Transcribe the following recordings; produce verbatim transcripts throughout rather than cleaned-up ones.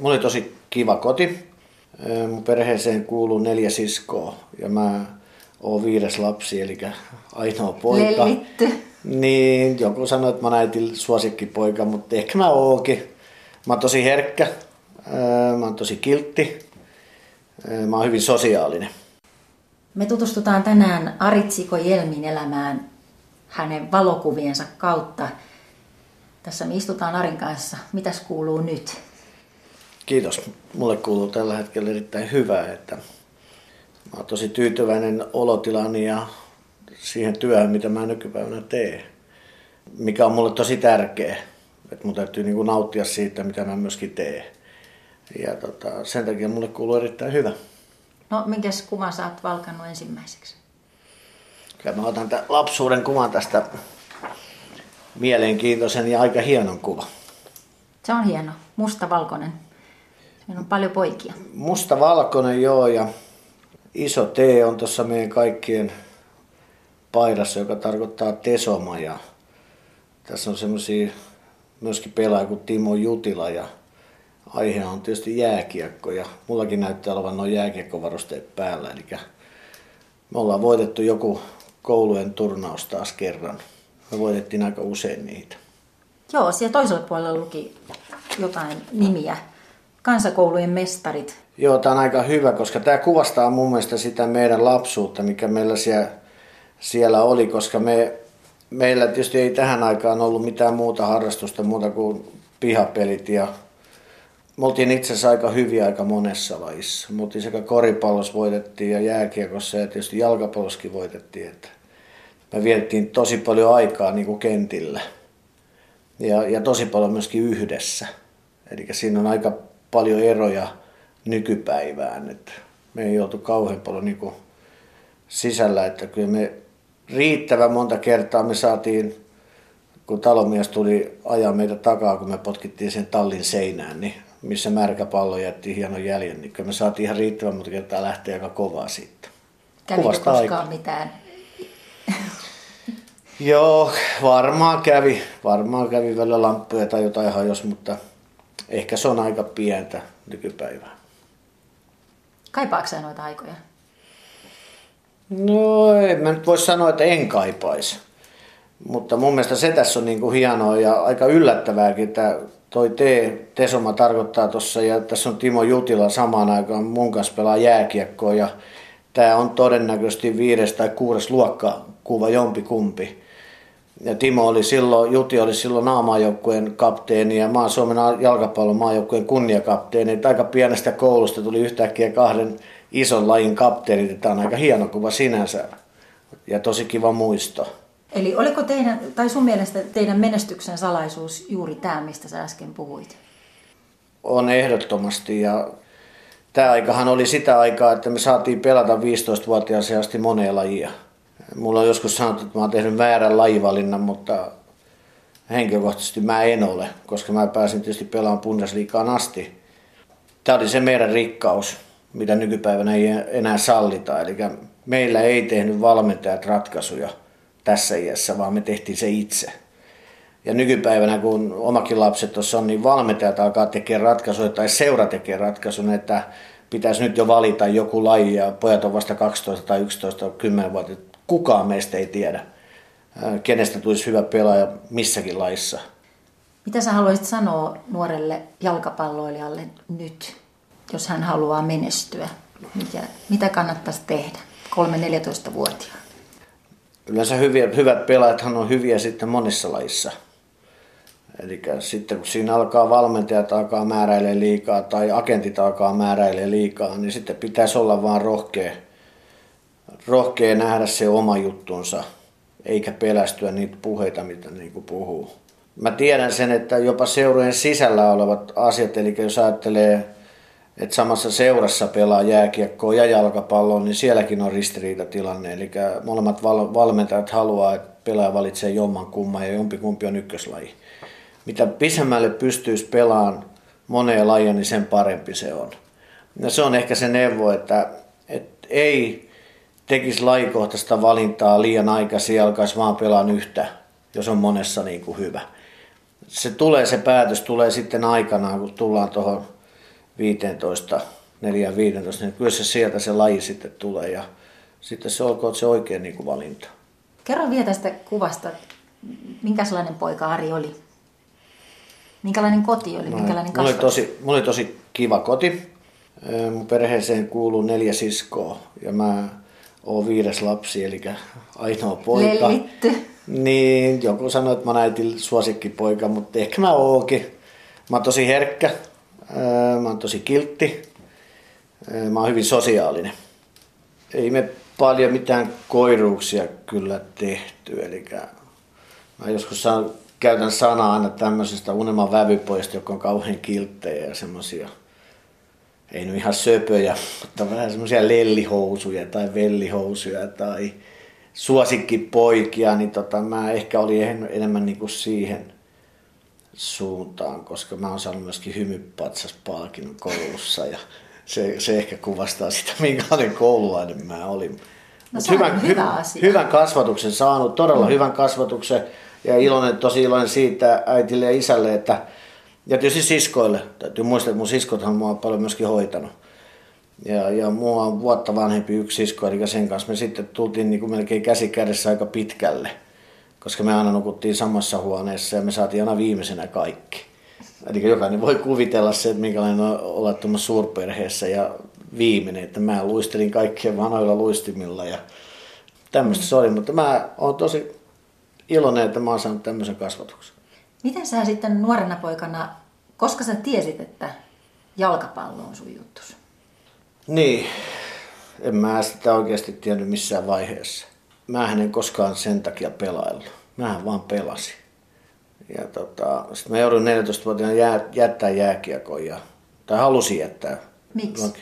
Mulla oli tosi kiva koti. Mun perheeseen kuuluu neljä siskoa ja mä oon viides lapsi, eli ainoa poika. Lellitty. Niin, joku sanoi, että mä oon äitin suosikkipoika, mutta ehkä mä oonkin. Mä oon tosi herkkä, mä oon tosi kiltti, mä oon hyvin sosiaalinen. Me tutustutaan tänään Aritsikko Jelmin elämään hänen valokuviensa kautta. Tässä me istutaan Arin kanssa. Mitäs kuuluu nyt? Kiitos. Mulle kuuluu tällä hetkellä erittäin hyvää, että mä oon tosi tyytyväinen olotilani ja siihen työhön, mitä mä nykypäivänä teen. Mikä on mulle tosi tärkeä, että mun täytyy niin kuin nauttia siitä, mitä mä myöskin teen. Ja tota, sen takia mulle kuuluu erittäin hyvä. No, minkäs kuvan sä oot valkannut ensimmäiseksi? Kyllä mä otan tämän lapsuuden kuvan tästä mielenkiintoisen ja aika hienon kuvan. Se on hieno. Musta-valkoinen. Siinä on paljon poikia. Musta-valkoinen, joo, ja iso T on tuossa meidän kaikkien paidassa, joka tarkoittaa Tesoma. Ja tässä on semmosia myöskin pelaajia kuin Timo Jutila ja aiheena on tietysti jääkiekko ja mullakin näyttää olevan nuo jääkiekkovarusteet päällä. Eli me ollaan voitettu joku koulujen turnaus taas kerran. Me voitettiin aika usein niitä. Joo, siellä toisella puolella luki jotain nimiä. Kansakoulujen mestarit. Joo, tämä on aika hyvä, koska tämä kuvastaa mun mielestä sitä meidän lapsuutta, mikä meillä siellä, siellä oli, koska me, meillä tietysti ei tähän aikaan ollut mitään muuta harrastusta muuta kuin pihapelit. Ja me oltiin itse asiassa aika hyviä aika monessa lajissa. Me oltiin sekä koripallossa voitettiin ja jääkiekossa ja tietysti jalkapallossakin voitettiin. Että me vietettiin tosi paljon aikaa niin kuin kentillä ja, ja tosi paljon myöskin yhdessä. Eli siinä on aika paljon eroja nykypäivään. Että me ei oltu kauhean paljon niin kuin sisällä, että kyllä me riittävän monta kertaa me saatiin, kun talomies tuli ajaa meitä takaa, kun me potkittiin sen tallin seinään, niin missä märkä pallo jätti hienon jäljen, niin kyllä me saatiin ihan riittävän monta kertaa lähteä aika kovaa siitä. Kävikö koskaan aika mitään? Joo, varmaan kävi. Varmaan kävi välillä lamppuja tai jotain hajos, mutta ehkä se on aika pientä nykypäivää. Kaipaatko sä noita aikoja? No, en mä nyt voi sanoa, että en kaipaisi. Mutta mun mielestä se tässä on niinku hienoa ja aika yllättävääkin, että toi T, Tesoma tarkoittaa tuossa, ja tässä on Timo Jutila samaan aikaan mun kanssa pelaa jääkiekkoa, ja tää on todennäköisesti viides tai kuudes luokkakuva jompikumpi. Ja Timo oli silloin, Juti oli silloin A-maajoukkueen kapteeni ja maa Suomen jalkapallon maajoukkueen kunniakapteeni. Että aika pienestä koulusta tuli yhtäkkiä kahden ison lajin kapteenit. Tämä on aika hieno kuva sinänsä ja tosi kiva muisto. Eli oliko teidän, tai sun mielestä teidän menestyksen salaisuus juuri tämä, mistä sä äsken puhuit? On ehdottomasti, ja tämä aikahan oli sitä aikaa, että me saatiin pelata viisitoistavuotiaaseen asti moneen lajia. Mulla on joskus sanottu, että mä oon tehnyt väärän lajivalinnan, mutta henkilökohtaisesti mä en ole, koska mä pääsin tietysti pelaamaan Bundesligaan asti. Tämä oli se meidän rikkaus, mitä nykypäivänä ei enää sallita. Eli meillä ei tehnyt valmentajat ratkaisuja tässä iässä, vaan me tehtiin se itse. Ja nykypäivänä, kun omakin lapset tuossa on, niin valmentajat alkaa tekemään ratkaisuja tai seura tekee ratkaisun, että pitäisi nyt jo valita joku laji ja pojat on vasta kaksitoista tai yksitoista tai kymmenen vuotta. Kukaan meistä ei tiedä, kenestä tulisi hyvä pelaaja missäkin lajissa. Mitä sä haluaisit sanoa nuorelle jalkapalloilijalle nyt, jos hän haluaa menestyä? Mitä, mitä kannattaisi tehdä kolme-neljätoista-vuotiaan? Yleensä hyviä, hyvät pelaajathan on hyviä sitten monissa lajissa. Eli sitten kun siinä alkaa valmentajat alkaa määräilemään liikaa tai agentit alkaa määräilemään liikaa, niin sitten pitäisi olla vaan rohkea, rohkea nähdä se oma juttunsa, eikä pelästyä niitä puheita, mitä niin kuin puhuu. Mä tiedän sen, että jopa seurojen sisällä olevat asiat, eli jos ajattelee, että samassa seurassa pelaa jääkiekkoa ja jalkapalloa, niin sielläkin on ristiriitatilanne. Eli molemmat val- valmentajat haluaa, että pelaaja valitsee jomman kumman ja jompikumpi on ykköslaji. Mitä pisemmälle pystyisi pelaamaan moneen lajia, niin sen parempi se on. Ja se on ehkä se neuvo, että, että ei tekisi lajikohtaista valintaa liian aikaisin ja alkaisi vaan pelaan yhtä, jos on monessa niin kuin hyvä. Se tulee, se päätös tulee sitten aikanaan, kun tullaan tuohon viisitoista, neljä viisitoista, niin kyllä se sieltä se laji sitten tulee ja sitten se olkoon se oikein niin kuin valinta. Kerro vielä tästä kuvasta, minkälainen poika Ari oli? Minkälainen koti oli? Minkälainen mulla, oli kasvatus? tosi, mulla oli tosi kiva koti. Mun perheeseen kuuluu neljä siskoa ja mä oon viides lapsi, eli ainoa poika. Lellitty. Niin, joku sanoi, että mä oon äitin suosikkipoika, mutta ehkä mä oonkin. Mä oon tosi herkkä, mä oon tosi kiltti, mä oon hyvin sosiaalinen. Ei me paljon mitään koiruuksia kyllä tehty, eli mä joskus saan, käytän sanaa aina tämmöisestä unelman vävypoista, jotka on kauhean kilttejä ja semmosia, ei nyt ihan söpöjä, mutta vähän semmoisia lellihousuja tai vellihousuja tai suosikkipoikia, niin tota, mä ehkä olin enemmän niinku siihen suuntaan, koska mä oon saanut myöskin hymypatsaspalkinnon koulussa ja se, se ehkä kuvastaa sitä, minkälainen koululainen mä olin. No, hyvän, hyvä hy, asia. hyvän kasvatuksen saanut, todella mm. hyvän kasvatuksen ja iloinen, tosi iloinen siitä äitille ja isälle, että ja tietysti siskoille. Täytyy muistaa, että mun siskothan mua on paljon myöskin hoitanut. Ja, ja mua on vuotta vanhempi yksi sisko, eli sen kanssa me sitten tultiin niin kuin melkein käsi kädessä aika pitkälle. Koska me aina nukuttiin samassa huoneessa ja me saatiin aina viimeisenä kaikki. Eli jokainen voi kuvitella se, että minkälainen on olla tuollaisessa suurperheessä ja viimeinen. Että mä luistelin kaikkien vanhoilla luistimilla ja tämmöistä se oli. Mutta mä oon tosi iloinen, että mä oon saanut tämmöisen kasvatuksen. Miten sä sitten nuorena poikana, koska sä tiesit, että jalkapallo on sun juttus? Niin, en mä sitä oikeasti tiennyt missään vaiheessa. Mähän en koskaan sen takia pelaillut. Mähän vaan pelasin. Ja tota, sitten mä joudun neljätoistavuotiaana jää, jättää jääkiekon, ja, tai halusin jättää. Miksi?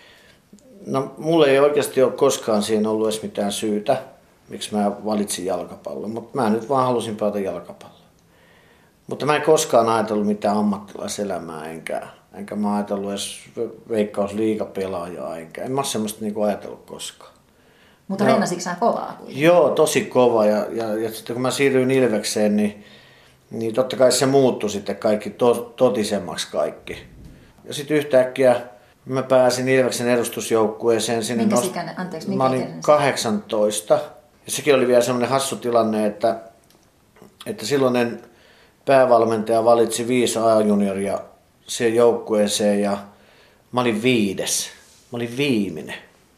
No mulla ei oikeasti ole koskaan siihen ollut edes mitään syytä, miksi mä valitsin jalkapallon, mutta mä nyt vaan halusin pelata jalkapalloa. Mutta mä en koskaan ajatellut mitään ammattilaiselämää, enkä, enkä mä ajatellut edes veikkausliigapelaajaa, enkä en mä ole semmoista niinku ajatellut koskaan. Mutta reenasitko sä kovaa kuitenkin? Joo, tosi kova. Ja, ja, ja sitten kun mä siirryin Ilvekseen, niin, niin totta kai se muuttui sitten kaikki to, totisemmaksi kaikki. Ja sitten yhtäkkiä mä pääsin Ilveksen edustusjoukkueeseen. Sinne minkä nost... ikäinen? Anteeksi, minkä mä olin ikäinen? kahdeksantoista. Ja sekin oli vielä semmoinen hassu tilanne, että, että silloinen päävalmentaja valitsi viisi A-junioria siihen joukkueeseen ja mä olin viides. Mä olin viimeinen.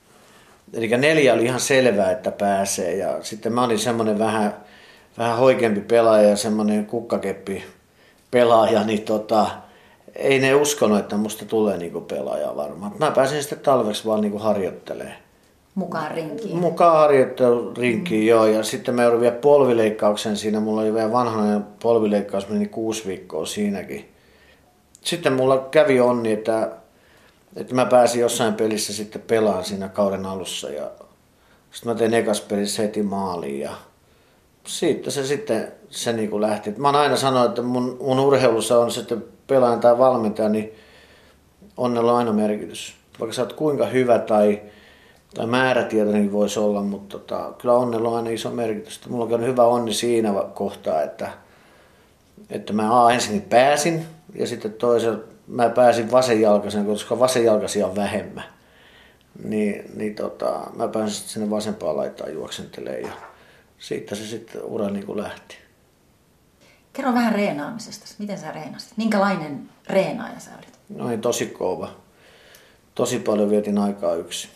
Eli neljä oli ihan selvää, että pääsee ja sitten mä olin semmoinen vähän, vähän hoikempi pelaaja ja semmoinen kukkakeppi pelaaja, niin tota, ei ne uskonut, että musta tulee niinku pelaaja varmaan. Mä pääsin sitten talveksi vaan niinku harjoittelemaan. Mukaan rinkiin? Mukaan harjoittelu rinkiin, mm. joo. Ja sitten mä joudun vielä polvileikkauksen siinä. Mulla oli vielä vanhanainen polvileikkaus, meni kuusi viikkoa siinäkin. Sitten mulla kävi onni, että että mä pääsin jossain pelissä sitten pelaan siinä kauden alussa ja sitten mä tein ekas pelissä heti maaliin ja siitä se sitten se niin kuin lähti. Mä oon aina sanonut, että mun, mun urheilussa on sitten pelaajan tai valmentaja, niin onnella on aina merkitys. Vaikka sä oot kuinka hyvä tai, tai määrätietoinen voisi olla, mutta tota, kyllä onnella on aina iso merkitys. Mulla on hyvä onni siinä kohtaa, että, että mä a, ensin pääsin ja sitten toisella mä pääsin vasenjalkaisen, koska vasenjalkaisia on vähemmän. Niin, niin tota, mä pääsin sinne vasempaan laitaan juoksentelemaan ja siitä se sitten ura niin kuin lähti. Kerro vähän reenaamisesta. Miten sä reenasit? Minkälainen reenaaja sä olit? No niin, tosi kova. Tosi paljon vietin aikaa yksin.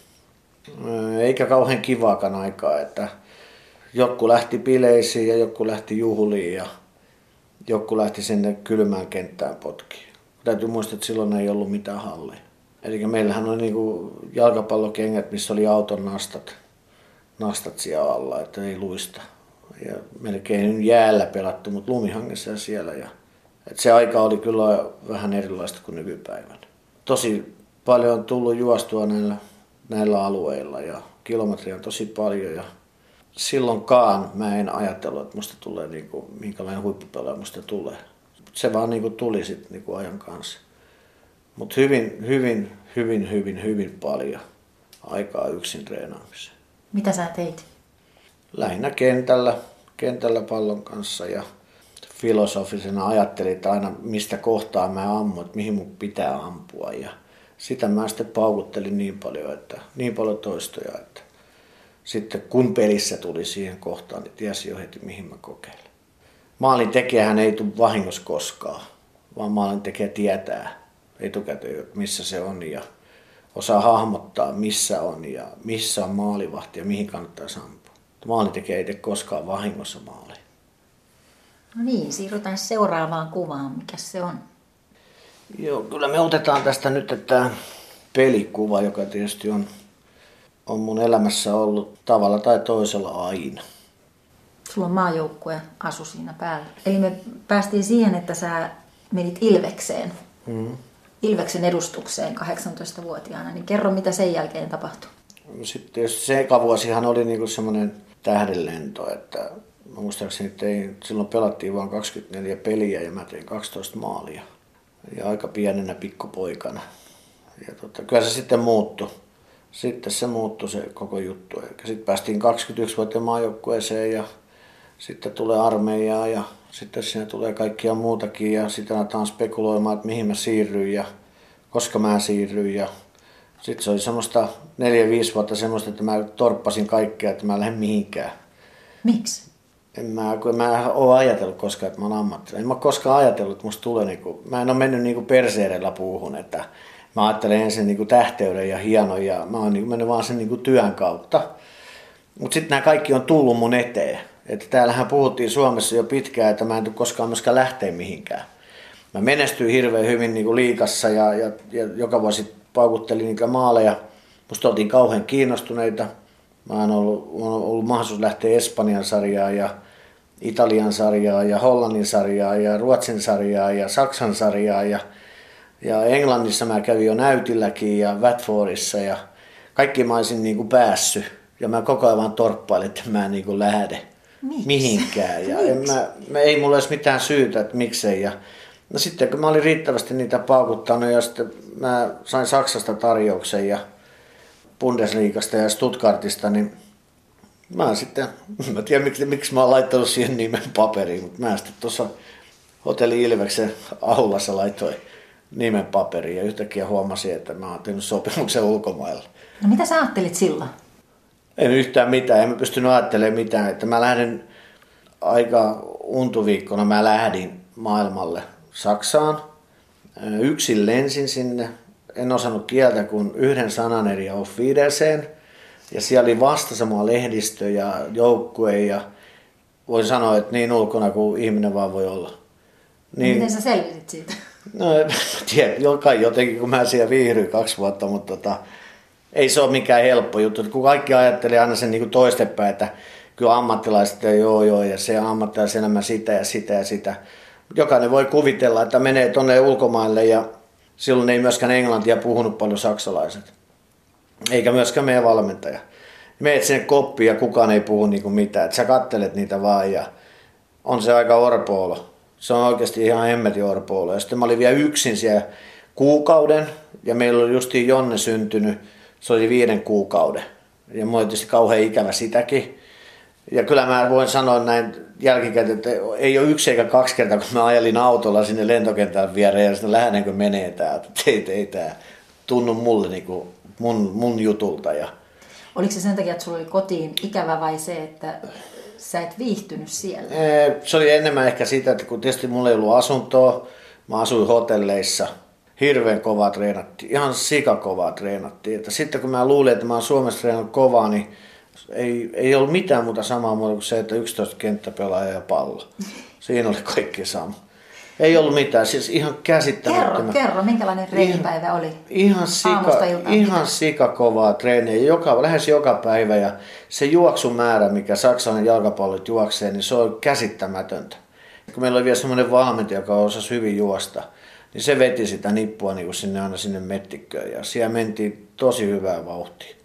Eikä kauhean kivaakaan aikaa, että joku lähti bileisiin ja joku lähti juhliin ja joku lähti sinne kylmään kenttään potkiin. Täytyy muistaa, että silloin ei ollut mitään halleja. Eli meillähän oli niinku jalkapallokengät, missä oli auton nastat, nastat siellä alla, että ei luista. Ja melkein jäällä pelattu, mutta lumihangessa ja siellä. Ja, et se aika oli kyllä vähän erilaista kuin nykypäivänä. Tosi paljon on tullut juostua näillä, näillä alueilla ja kilometriä on tosi paljon. Ja silloinkaan mä en ajatellut, että musta tulee niinku, minkälainen huippupelaaja musta tulee. Se vaan niinku tuli sitten niinku ajan kanssa. Mutta hyvin, hyvin, hyvin, hyvin, hyvin paljon aikaa yksin treenaamiseen. Mitä sä teit? Lähinnä kentällä, kentällä pallon kanssa ja filosofisena ajattelin, että aina mistä kohtaa mä ammun, että mihin mun pitää ampua. Ja sitä mä sitten paukuttelin niin paljon, että niin paljon toistoja, että sitten kun pelissä tuli siihen kohtaan, niin tiesi jo heti mihin mä kokeilen. Maalin tekijähän ei tule vahingossa koskaan, vaan maalin tekijä tietää etukäteen, missä se on ja osaa hahmottaa, missä on ja missä on maalivahti ja mihin kannattaa ampua. Maalin tekijä ei tee koskaan vahingossa maaliin. No niin, siirrytään seuraavaan kuvaan. Mikä se on? Joo, kyllä me otetaan tästä nyt että pelikuva, joka tietysti on, on mun elämässä ollut tavalla tai toisella aina. Sulla on maajoukkue asu siinä päällä. Eli me päästiin siihen, että sä menit Ilvekseen. Mm. Ilveksen edustukseen kahdeksantoistavuotiaana. Niin kerro, mitä sen jälkeen tapahtui. Sitten tietysti se eka vuosihan oli niinku semmoinen tähdenlento, että mä muistaakseni tein, silloin pelattiin vain kaksikymmentäneljä peliä ja mä tein kaksitoista maalia. Ja aika pienenä pikkupoikana. Ja tota, kyllä se sitten muuttui. Sitten se muuttui se koko juttu. Sitten päästiin kaksikymmentäyksivuotiaan maajoukkueeseen ja sitten tulee armeijaa ja sitten siinä tulee kaikkia muutakin ja sitten aletaan spekuloimaan, että mihin mä siirryin ja koska mä siirryin. Ja sitten se oli semmoista neljä viisi vuotta semmoista, että mä torppasin kaikkea, että mä en lähde mihinkään. Miksi? En mä, kun mä ole ajatellut koskaan, että mä oon ammattilainen. En mä koskaan ajatellut, että musta tulee niinku, mä en ole mennyt niinku perseerellä puuhun, että mä ajattelen ensin niinku tähteyden ja hienon ja mä oon niinku mennyt vaan sen niinku työn kautta. Mutta sitten nämä kaikki on tullut mun eteen. Että täällähän puhuttiin Suomessa jo pitkään, että mä en tule koskaan myöskään lähteä mihinkään. Mä menestyin hirveän hyvin niinku liigassa ja, ja, ja joka vuosi paukuttelin niitä maaleja. Musta oltiin kauhean kiinnostuneita. Mä oon ollut, on ollut mahdollisuus lähteä Espanjan sarjaan ja Italian sarjaan ja Hollannin sarjaan ja Ruotsin sarjaan ja Saksan sarjaan. Ja, ja Englannissa mä kävin jo näytilläkin ja Watfordissa ja kaikki mä olisin niinku päässyt. Ja mä koko ajan vaan torppailin, että mä en niinku lähde Miks? mihinkään. Ja en mä, mä, ei mulla edes mitään syytä, että miksei. Ja, no sitten kun mä olin riittävästi niitä paukuttanut ja sitten mä sain Saksasta tarjouksen ja Bundesliigasta ja Stuttgartista, niin mä sitten, mä tiedän miksi, miksi mä oon laittanut siihen nimen paperiin, mutta mä sitten tuossa Hotelli Ilveksen aulassa laitoin nimen paperiin ja yhtäkkiä huomasin, että mä oon tehnyt sopimuksen ulkomailla. No mitä sä ajattelit silloin? En yhtään mitään, en mä pystynyt ajattelemaan mitään, että mä lähdin aika untuviikkona, mä lähdin maailmalle Saksaan, yksin lensin sinne. En osannut kieltä kuin yhden sanan eri Auf Wiedersehen. Ja siellä oli vastassa mua lehdistö ja joukkue ja voin sanoa, että niin ulkona kuin ihminen vaan voi olla. Niin, miten sä selvisit siitä? No en tiedä, joka jotenkin kun mä siellä viihdyin kaksi vuotta, mutta tota, ei se ole mikään helppo juttu. Kun kaikki ajattelee aina sen niin toistepäin, että kyllä ammattilaiset ja joo joo ja se ammattilaiselämä sitä ja sitä ja sitä. Jokainen voi kuvitella, että menee tuonne ulkomaille ja silloin ei myöskään englantia puhunut paljon saksalaiset. Eikä myöskään meidän valmentaja. Meet sinne koppiin ja kukaan ei puhu niinku mitään. Et sä kattelet niitä vaan ja on se aika orpoolo. Se on oikeasti ihan hemmetin orpoolo. Ja sitten mä olin vielä yksin siellä kuukauden ja meillä oli justiin Jonne syntynyt. Se oli viiden kuukauden. Ja mulla oli tietysti kauhean ikävä sitäkin. Ja kyllä mä voin sanoa näin jälkikäteen, että ei ole yksi eikä kaksi kertaa, kun mä ajelin autolla sinne lentokentän viereen ja sitten lähdenkö menee täältä. Ei, ei tää tunnu mulle niinku mun, mun jutulta. Ja oliko se sen takia, että sulla oli kotiin ikävä vai se, että sä et viihtynyt siellä? Se oli enemmän ehkä siitä, että kun tietysti mulla ei ollut asuntoa, mä asuin hotelleissa. Hirveän kovaa treenattiin, ihan sikakovaa treenattiin. Että sitten kun mä luulin, että mä oon Suomessa treenannut kovaa, niin ei, ei ollut mitään muuta samaa muuta kuin se, että yksitoista kenttäpelaajaa ja pallo. Siinä oli kaikki sama. Ei ollut mitään, siis ihan käsittämättömän. Kerro, kerro, minkälainen treenipäivä oli? Ihan sika, ihan sika kovaa treeniä, joka, lähes joka päivä. Ja se juoksumäärä, mikä saksalainen jalkapallot juoksee, niin se on käsittämätöntä. Kun meillä oli vielä semmoinen valmentaja, joka osasi hyvin juosta, niin se veti sitä nippua niin kuin sinne aina sinne mettikköön. Ja siellä mentiin tosi hyvää vauhtia.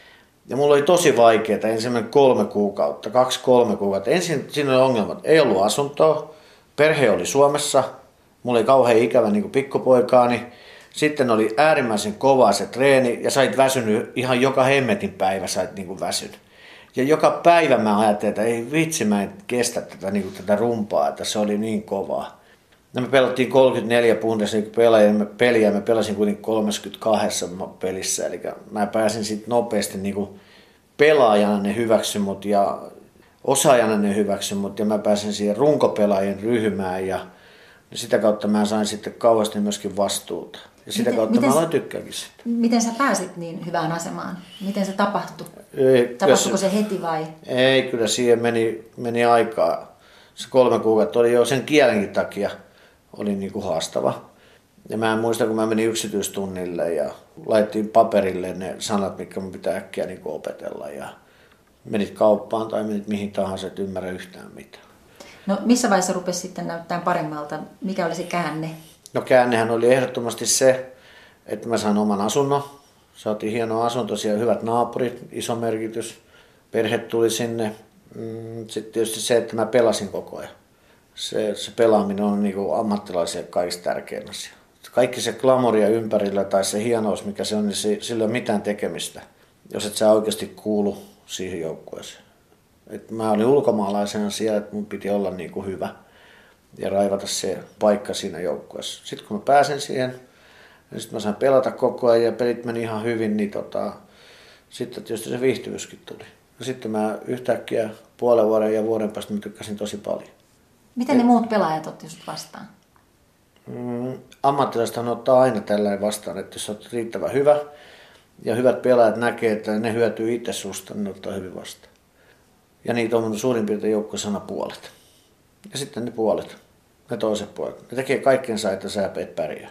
Ja mulla oli tosi vaikeaa ensimmäinen kolme kuukautta, kaksi kolme kuukautta. Ensin siinä oli ongelmat, ei ollut asuntoa, perhe oli Suomessa, mulla oli kauhean ikävä niin kuin pikkupoikaani. Sitten oli äärimmäisen kovaa se treeni ja sait väsynyt ihan joka hemmetin päivä sait niin kuin väsynyt. Ja joka päivä mä ajattelin, että ei vitsi, mä en kestä tätä, niin kuin tätä rumpaa, että se oli niin kovaa. No me pelattiin kolmekymmentäneljä Bundesliga-peliä ja mä pelasin kuitenkin kolmekymmentäkaksi pelissä. Eli mä pääsin sitten nopeasti niin kuin pelaajana ne hyväksy mut ja osaajana ne hyväksy mut ja mä pääsin siihen runkopelaajien ryhmään ja sitä kautta mä sain sitten kauheasti myöskin vastuuta. Ja sitä miten, kautta miten, mä aloin tykkääkin sitä. Miten sä pääsit niin hyvään asemaan? Miten se tapahtui? Ei, Tapahtuiko se heti vai? Ei, kyllä siihen meni, meni aikaa. Se kolme kuukautta oli jo sen kielenkin takia oli niin kuin haastava. Ja mä en muista, kun mä menin yksityistunnille ja laitettiin paperille ne sanat, mitkä mun pitää äkkiä niin kuin opetella. Ja menit kauppaan tai menit mihin tahansa, et ymmärrä yhtään mitään. No missä vaiheessa rupesi sitten näyttää paremmalta? Mikä oli se käänne? No käännehän oli ehdottomasti se, että mä sain oman asunnon. Saatiin hieno asunto, siellä hyvät naapurit, iso merkitys. Perhe tuli sinne. Sitten tietysti se, että mä pelasin koko ajan. Se, se pelaaminen on niin kuin ammattilaisille kaikista tärkein asia. Kaikki se glamoria ympärillä tai se hienous, mikä se on, niin se, sillä ei ole mitään tekemistä, jos et sä oikeasti kuulu siihen joukkueeseen. Et mä olin ulkomaalaisena siellä, että mun piti olla niin kuin hyvä ja raivata se paikka siinä joukkueessa. Sitten kun mä pääsin siihen, niin sitten mä sain pelata koko ajan ja pelit meni ihan hyvin, niin tota, sitten tietysti se viihtyvyyskin tuli. Ja sitten mä yhtäkkiä puolen vuoden ja vuoden päästä mä tykkäsin tosi paljon. Miten ne muut pelaajat otti sut vastaan? Mm, ammattilaisethan ottaa aina tällainen vastaan, että jos olet riittävän hyvä ja hyvät pelaajat näkee, että ne hyötyy itse susta, niin ne ottaa hyvin vastaan. Ja niitä on suurin piirtein joukkueessa puolet. Ja sitten ne puolet, ne toiset puolet. Ne tekee kaikkensa, että sä et pärjää.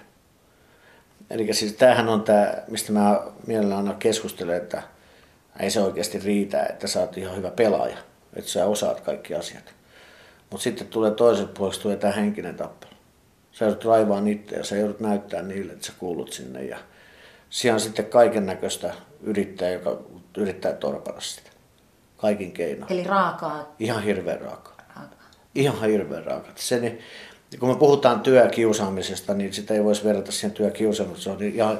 Eli siis tämähän on tämä, mistä mä mielellään aina keskustelen, että ei se oikeasti riitä, että sä oot ihan hyvä pelaaja. Että sä osaat kaikki asiat. Mutta sitten tulee toiset puolesta, tulee tämä henkinen tappelu. Sä joudut raivaan itse ja sä joudut näyttää niille, että sä kuulut sinne. Ja siellä on sitten kaiken näköistä yrittäjää, joka yrittää torpata sitä. Kaikin keinoin. Eli raakaa? Ihan hirveän raakaa. Raakaa. Ihan hirveän raakaa. Se, niin, kun me puhutaan työkiusaamisesta, niin sitä ei voisi verrata siihen työkiusaamiseen. Se on ihan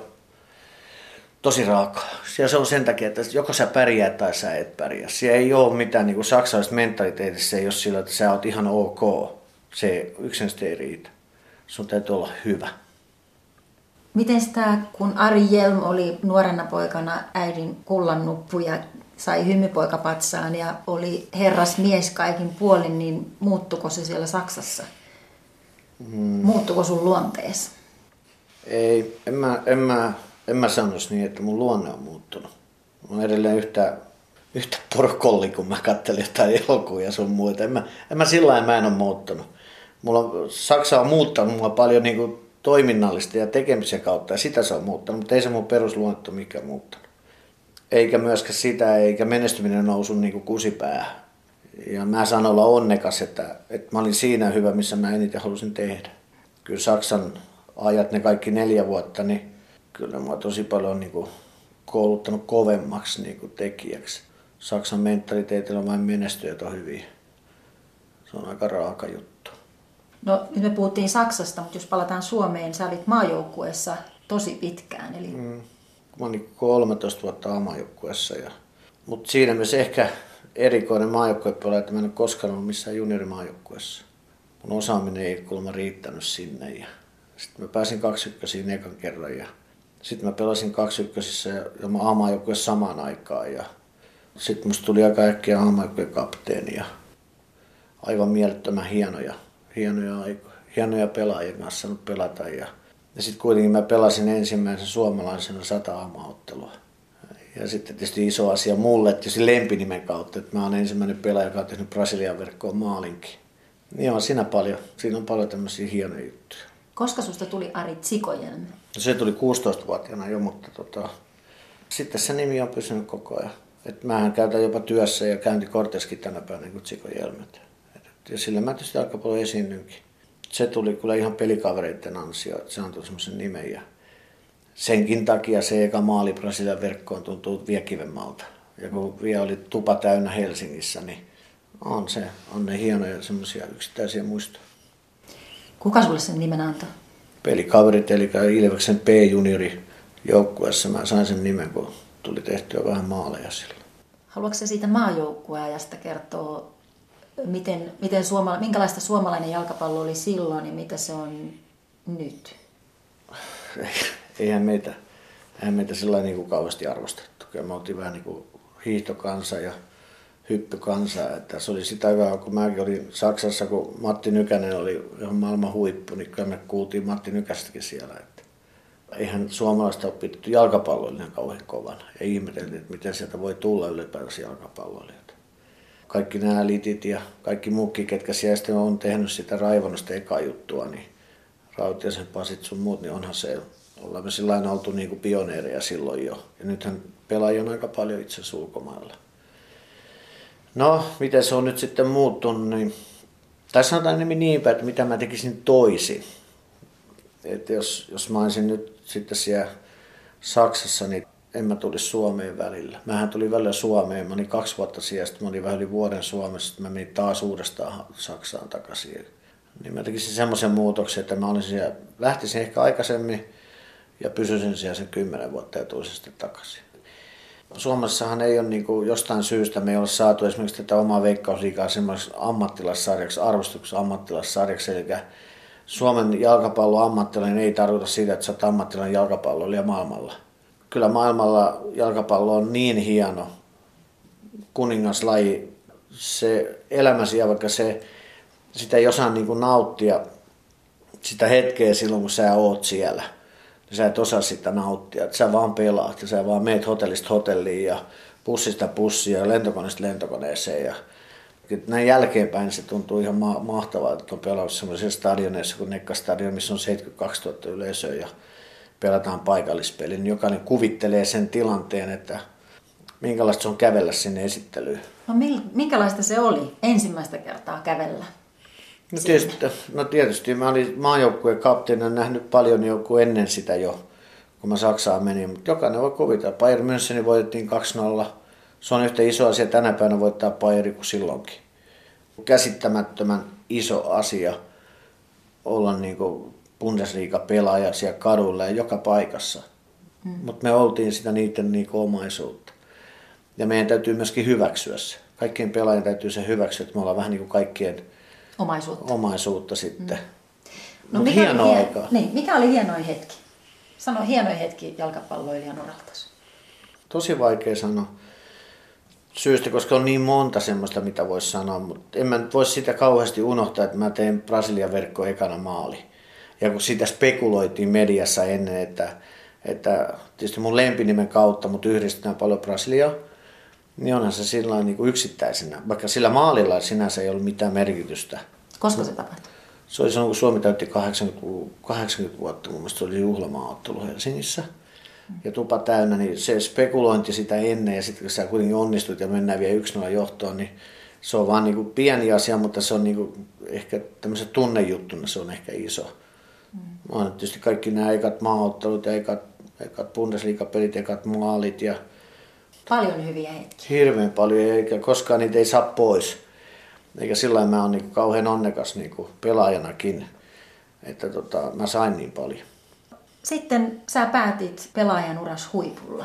tosi raakaa. Ja se on sen takia, että joko sä pärjää tai sä et pärjää. Siellä ei ole mitään, niin kuin saksalaisessa mentaliteetissä ei ole sillä, että sä oot ihan ok. Se yksin ei riitä. Sun täytyy olla hyvä. Miten sitä, kun Ari Hjelm oli nuorena poikana äidin kullannuppu ja sai hymypoikapatsaan ja oli herrasmies kaikin puolin, niin muuttuko se siellä Saksassa? Hmm. Muuttuko sun luonteesi? Ei, en mä, en mä, en mä sanoisi niin, että mun luonne on muuttunut. Mä oon edelleen yhtä, yhtä porkolli, kun mä katselin jotain elokuvia ja sun muuta. En mä, en mä sillä lailla mä en ole muuttunut. Mulla on, Saksa on muuttanut mua paljon niin kuin toiminnallista ja tekemisen kautta ja sitä se on muuttanut, mutta ei se mun perusluonnetta mikään muuttanut. Eikä myöskään sitä, eikä menestyminen nousu niin kuin kusipäähän. Ja mä saan olla onnekas, että, että mä olin siinä hyvä, missä mä eniten halusin tehdä. Kyllä Saksan ajat, ne kaikki neljä vuotta, niin kyllä mua tosi paljon niin kuin kouluttanut kovemmaksi niin kuin tekijäksi. Saksan mentaliteetillä vain menestyjät on hyviä. Se on aika raaka juttu. No nyt me puhuttiin Saksasta, mutta jos palataan Suomeen, sä olit maajoukkueessa tosi pitkään. Eli... Mm. Mä olin kolmetoista vuotta A-maajoukkueessa. Ja... Mutta siinä myös ehkä erikoinen maajoukkuepelaaja, että mä en ole koskaan ollut missään juniorimaajoukkueessa. Mun osaaminen ei kuulemma riittänyt sinne. Ja... Sitten mä pääsin kaksiykkösiin ekan kerran. Ja... Sitten mä pelasin kaksiykkösissä ja A-maajoukkueessa samaan aikaan. Ja... Sitten musta tuli aika äkkiä A-maajoukkueen kapteeni. Ja... Aivan mielettömän hienoja. Hienoja, aikoja, hienoja pelaajia kanssa saanut pelata. Ja, ja sitten kuitenkin mä pelasin ensimmäisen suomalaisena sata A-maaottelua. Ja sitten tietysti iso asia mulle, tietysti lempinimen kautta, että mä oon ensimmäinen pelaaja, joka on tehnyt Brasilian verkkoon maalinkin. Niin on siinä paljon, siinä on paljon tämmöisiä hienoja juttuja. Koska susta tuli Ari Tsikojelm? No se tuli kuusitoistavuotiaana jo, mutta tota, sitten se nimi on pysynyt koko ajan. Et mähän käytän jopa työssä ja käyntikorteskin tänä päivänä niin kuin Tsikojelm. Ja sillä mä tietysti aika paljon esiinnynkin. Se tuli kyllä ihan pelikavereiden ansio, että se antoi semmoisen nimen. Ja senkin takia se eka maali Brasilian verkkoon tuntuu vielä kivemmalta. Ja kun vielä oli tupa täynnä Helsingissä, niin on, se, on ne hienoja semmoisia yksittäisiä muistoja. Kuka sulle sen nimen antoi? Pelikaverit, eli Ilveksen P-juniori joukkueessa. Mä sain sen nimen, kun tuli tehtyä vähän maaleja sillä. Haluatko sä siitä maajoukkueajasta kertoa, miten, miten suomala, minkälaista suomalainen jalkapallo oli silloin ja mitä se on nyt? Eihän meitä, eihän meitä sillä niin kuin kauheasti arvostettu. Kyllä me oltiin vähän niin kuin hiihtokansa ja hyppykansa. Että se oli sitä hyvää, kun mäkin olin Saksassa, kun Matti Nykänen oli ihan maailman huippu, niin kyllä me kuultiin Matti Nykästäkin siellä. Että eihän suomalaista ole pidetty jalkapalloilijan kauhean kovana. Ja ihmeteltiin, että miten sieltä voi tulla ylipäätänsä jalkapalloilijoita. Kaikki nämä litit ja kaikki muutkin, ketkä siellä on tehnyt sitä raivannosta ekaa juttua, niin Rautiaisen Pasit sun muut, niin onhan se, ollaan me sillä lailla oltu niin kuin pioneereja silloin jo. Ja nythän pelaajia on aika paljon itse asiassa ulkomailla. No, miten se on nyt sitten muuttunut, niin, tai sanotaan enemmän niin päin, että mitä mä tekisin toisin. Että jos, jos mä olisin nyt sitten siellä Saksassa, niin en mä tulisi Suomeen välillä. Mähän tulin välillä Suomeen, mä olin kaksi vuotta siellä, sitten mä olin vähän yli vuoden Suomessa, sitten mä menin taas uudestaan Saksaan takaisin. Niin mä tekisin semmoisen muutoksen, että mä olisin siellä, lähtisin ehkä aikaisemmin ja pysyisin siellä sen kymmenen vuotta ja tulisin sitten takaisin. Suomessahan ei ole niin kuin jostain syystä, me ei ole saatu esimerkiksi tätä omaa Veikkausliigaa semmoiseksi ammattilaissarjaksi, arvostuksessa ammattilaissarjaksi, eli Suomen jalkapallon ammattilainen ei tarkoita sitä, että sä oot ammattilainen jalkapalloilija maailmalla. Kyllä maailmalla jalkapallo on niin hieno kuningaslaji, se elämäsi ja vaikka se, sitä ei osaa niin kuin nauttia sitä hetkeä silloin, kun sä oot siellä. Sä et osaa sitä nauttia, että sä vaan pelaat ja sä vaan meet hotellista hotelliin ja bussista bussiin ja lentokoneesta lentokoneeseen. Ja näin jälkeenpäin se tuntuu ihan ma- mahtavaa, että on pelannut sellaisessa stadioneissa kuin Nekka-stadion, missä on seitsemänkymmentäkaksituhatta yleisöä ja pelataan paikallispeli. Niin jokainen kuvittelee sen tilanteen, että minkälaista se on kävellä sinne esittelyyn. No minkälaista se oli ensimmäistä kertaa kävellä? No tietysti, no tietysti mä olin maajoukkueen kapteenina nähnyt paljon joku ennen sitä jo, kun mä Saksaan menin, mutta jokainen voi kuvitella. Bayern Münchenin voitettiin kaksi nolla. Se on yhtä iso asia tänä päivänä voittaa Bayern kuin silloinkin. Käsittämättömän iso asia olla niin kuin Bundesliga-pelaaja siellä kadulla ja joka paikassa. Mm. Mutta me oltiin sitä niiden niin kuin omaisuutta. Ja meidän täytyy myöskin hyväksyä se. Kaikkien pelaajien täytyy se hyväksyä, että me ollaan vähän niin kuin kaikkien Omaisuutta. Omaisuutta sitten. Mm. No mikä, hieno oli, aikaa. Niin, mikä oli hienoin hetki? Sano hienoin hetki jalkapalloilijan uraltasi. Tosi vaikea sanoa syystä, koska on niin monta semmoista, mitä voisi sanoa. Mutta en mä nyt voi sitä kauheasti unohtaa, että mä tein Brasilian verkko ekana maali. Ja kun sitä spekuloitiin mediassa ennen, että, että tietysti mun lempinimen kautta, mutta yhdistetään paljon Brasiliaa, niin onhan se sillä niin kuin yksittäisenä. Vaikka sillä maalilla sinänsä ei ollut mitään merkitystä. Koska se tapahtui? Se oli silloin, kun Suomi täytti kahdeksankymmentä, kahdeksankymmentä vuotta. Mun mielestä se oli juhlamaa-ottelu Helsingissä. Ja tupa täynnä, niin se spekulointi sitä ennen ja sitten kun sä kuitenkin onnistut ja mennään vielä yksi nolla johtoon, niin se on vaan niin kuin pieni asia, mutta se on niin kuin ehkä tämmöisen tunnejuttuna se on ehkä iso. Mm. On tietysti kaikki nämä ekat maa-ottelut ja ekat, ekat Bundesliga-pelit, ekat maalit ja paljon hyviä hetkiä. Hirveän paljon, eikä koskaan niitä ei saa pois. Eikä sillä mä oon niin kauhean onnekas niin pelaajanakin, että tota, mä sain niin paljon. Sitten sä päätit pelaajan uras huipulla.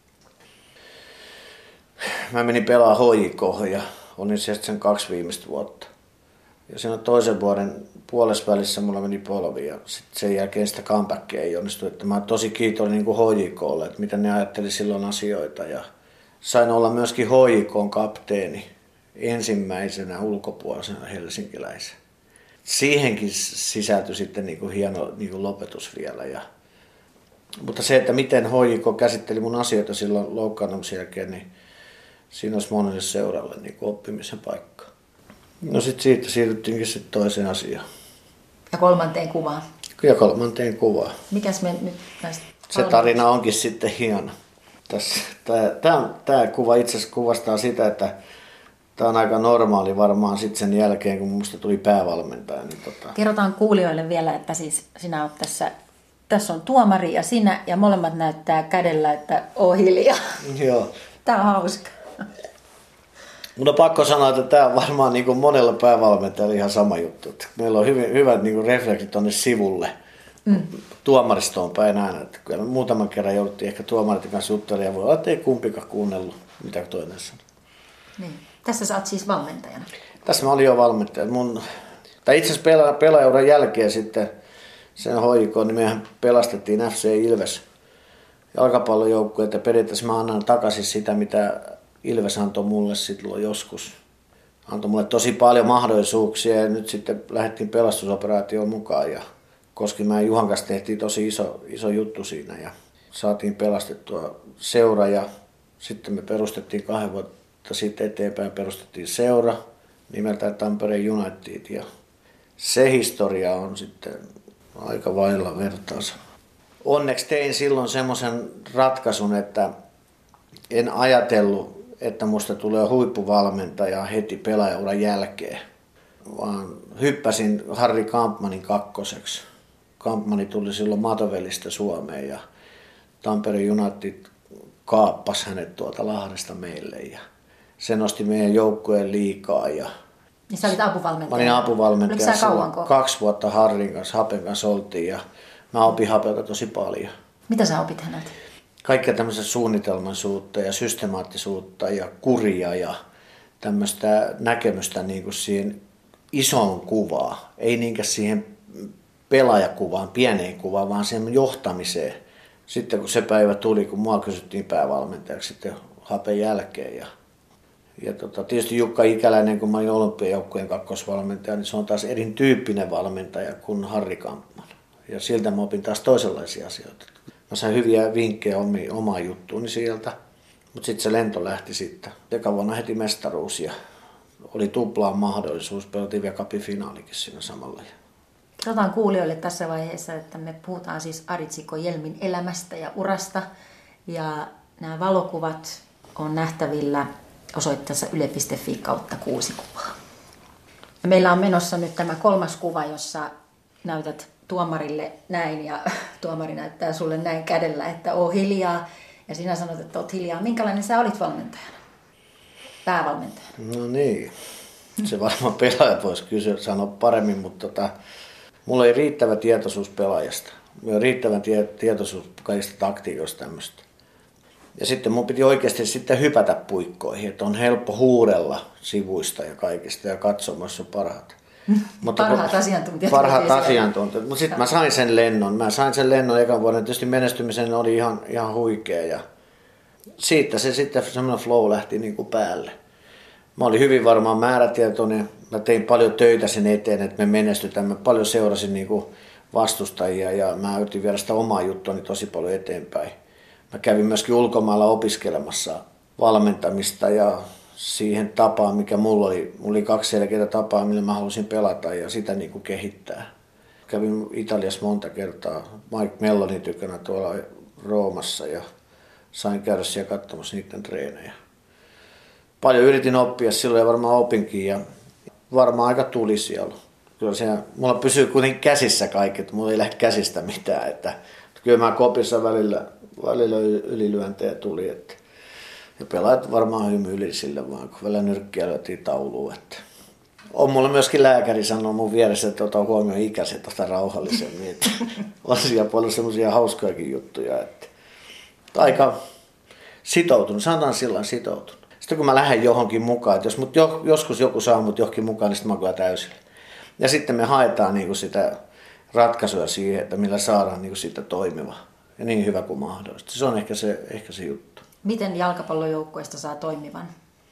Mä menin pelaa H J K:hon ja olin sieltä sen kaksi viimeistä vuotta. Ja siinä toisen vuoden puolessa välissä mulla meni polvi ja sitten sen jälkeen sitä comebackia ei onnistu. Että mä oon tosi kiitollinen niin H J K:lle, että mitä ne ajatteli silloin asioita. Ja sain olla myöskin H J K:n kapteeni ensimmäisenä ulkopuolisena helsinkiläisen. Siihenkin sisältyi sitten niin kuin hieno niin kuin lopetus vielä. Ja mutta se, että miten H J K käsitteli mun asioita silloin loukkaantumisen jälkeen, niin siinä olisi monelle seuralle niin kuin oppimisen paikka. No sitten siitä siirryttiinkin sitten toiseen asiaan. Ja kolmanteen kuvaan. Ja kolmanteen kuvaan. Mikäs me nyt näistä se tarina onkin sitten hieno. Tämä, tämä kuva itse asiassa kuvastaa sitä, että tämä on aika normaali varmaan sitten sen jälkeen, kun minusta tuli päävalmentaja. Niin tota... Kerrotaan kuulijoille vielä, että siis sinä olet tässä, tässä on tuomari ja sinä ja molemmat näyttää kädellä, että oo hiljaa. Joo. Tämä on hauska. Mun on pakko sanoa, että tämä on varmaan niin kuin monella päävalmentajalla ihan sama juttu. Että meillä on hyvin, hyvät niin kuin refleksit tuonne sivulle. Mm. Tuomaristoon päin aina. Että muutaman kerran jouduttiin ehkä tuomarit kanssa juttelemaan ja voi olla, että ei kumpikaan kuunnellut, mitä toinen sanoi. Niin. Tässä sä oot siis valmentajana. Tässä mä olin jo valmentaja. Mun, tai itse asiassa pela, pelaajuuden jälkeen sitten sen hoikoon, niin mehän pelastettiin F C Ilves jalkapallojoukkue, että periaatteessa mä annan takaisin sitä, mitä Ilves antoi mulle silloin joskus. Antoi mulle tosi paljon mahdollisuuksia ja nyt sitten lähdettiin pelastusoperaatioon mukaan ja Koskimäen Juhan kanssa tehtiin tosi iso, iso juttu siinä ja saatiin pelastettua seura ja sitten me perustettiin kahden vuotta sitten eteenpäin, perustettiin seura nimeltään Tampereen United ja se historia on sitten aika vailla vertaansa. Onneksi tein silloin semmoisen ratkaisun, että en ajatellut, että musta tulee huippuvalmentaja heti pelaajauran jälkeen, vaan hyppäsin Harri Kampmanin kakkoseksi. Kampmani tuli silloin Matovelistä Suomeen ja Tampereen United kaappasi hänet tuolta Lahdesta meille ja se nosti meidän joukkueen liikaa. Ja niin sä olit apuvalmentaja? Mä olin apuvalmentaja. Oliko sä kauanko? Kaksi vuotta Harrin kanssa, Hapen kanssa oltiin ja mä opin Hapelta tosi paljon. Mitä sä opit häneltä? Kaikkea tämmöistä suunnitelmallisuutta ja systemaattisuutta ja kuria ja tämmöistä näkemystä niin kuin siihen isoon kuvaan. Ei niinkään siihen pelaajakuvaan, pieneen kuvaan, vaan siihen johtamiseen. Sitten kun se päivä tuli, kun mua kysyttiin päävalmentajaksi sitten Hapen jälkeen. Ja, ja tota, tietysti Jukka Ikäläinen, kun mä olin olympiajoukkueen kakkosvalmentaja, niin se on taas erityyppinen valmentaja kuin Harri Kampman. Ja siltä mä opin taas toisenlaisia asioita. Mä sain hyviä vinkkejä omaan juttuuni sieltä, mutta sitten se lento lähti sitten. Eka vuonna heti mestaruus ja oli tuplaan mahdollisuus. Pelattiin vielä cupin finaalikin siinä samalla. Kerrotaan kuulijoille tässä vaiheessa, että me puhutaan siis Aritsi Kojelmin elämästä ja urasta. Ja nämä valokuvat on nähtävillä osoitteessa yle piste fi kautta kuusi kuvaa. Ja meillä on menossa nyt tämä kolmas kuva, jossa näytät tuomarille näin ja tuomari näyttää sulle näin kädellä, että oo hiljaa. Ja sinä sanot, että oot hiljaa. Minkälainen sä olit valmentajana? Päävalmentajana? No niin. Se varmaan pelaaja voisi kysyä, sanoa paremmin, mutta tota, mulla ei riittävä tietoisuus pelaajasta. Mulla ei riittävä tie, tietoisuus kaikista taktiikoista tämmöistä. Ja sitten mun piti oikeasti sitten hypätä puikkoihin, että on helppo huudella sivuista ja kaikista ja katsomassa parhaat. Mutta parhaat asiantuntijat. Parhaat asiantuntijat. Mutta sitten mä sain sen lennon. Mä sain sen lennon ekan vuoden. Tietysti menestymisen oli ihan, ihan huikea. Ja siitä se sitten semmoinen flow lähti niin kuin päälle. Mä olin hyvin varmaan määrätietoinen. Mä tein paljon töitä sen eteen, että me menestytään. Mä paljon seurasin niin kuin vastustajia ja mä yritin viedä sitä omaa juttuani tosi paljon eteenpäin. Mä kävin myöskin ulkomailla opiskelemassa valmentamista ja siihen tapaan, mikä mulla oli. Mulla oli kaksi selkeää tapaa, millä mä halusin pelata ja sitä niin kuin kehittää. Kävin Italiassa monta kertaa Mike Mellonin tykönä tuolla Roomassa ja sain käydä siellä katsomassa niiden treenejä. Paljon yritin oppia silloin ja varmaan opinkin ja varmaan aika tuli siellä. Kyllä siellä, mulla pysyy kuitenkin käsissä kaikki, että mulla ei lähde käsistä mitään. Että, kyllä mä kopissa välillä, välillä ylilyöntejä tuli. Että, ja pelaajat varmaan hymyili sille vaan, kun välillä nyrkkiä lyötiin tauluun. Että. On mulla myöskin lääkäri sanoo mun vieressä, että ota huomioon ikäiset, ota rauhallisemmin. Että on siellä paljon semmoisia hauskojakin juttuja. Että. Aika sitoutunut, sanotaan sillä sitoutunut. Sitten kun mä lähden johonkin mukaan, että jos mut jo, joskus joku saa mut johonkin mukaan, niin sitten mä oon kyllä täysillä. Ja sitten me haetaan niinku sitä ratkaisuja siihen, että millä saadaan niinku siitä toimiva ja niin hyvä kuin mahdollista. Se on ehkä se, ehkä se juttu. Miten jalkapallojoukkueesta saa toimivan?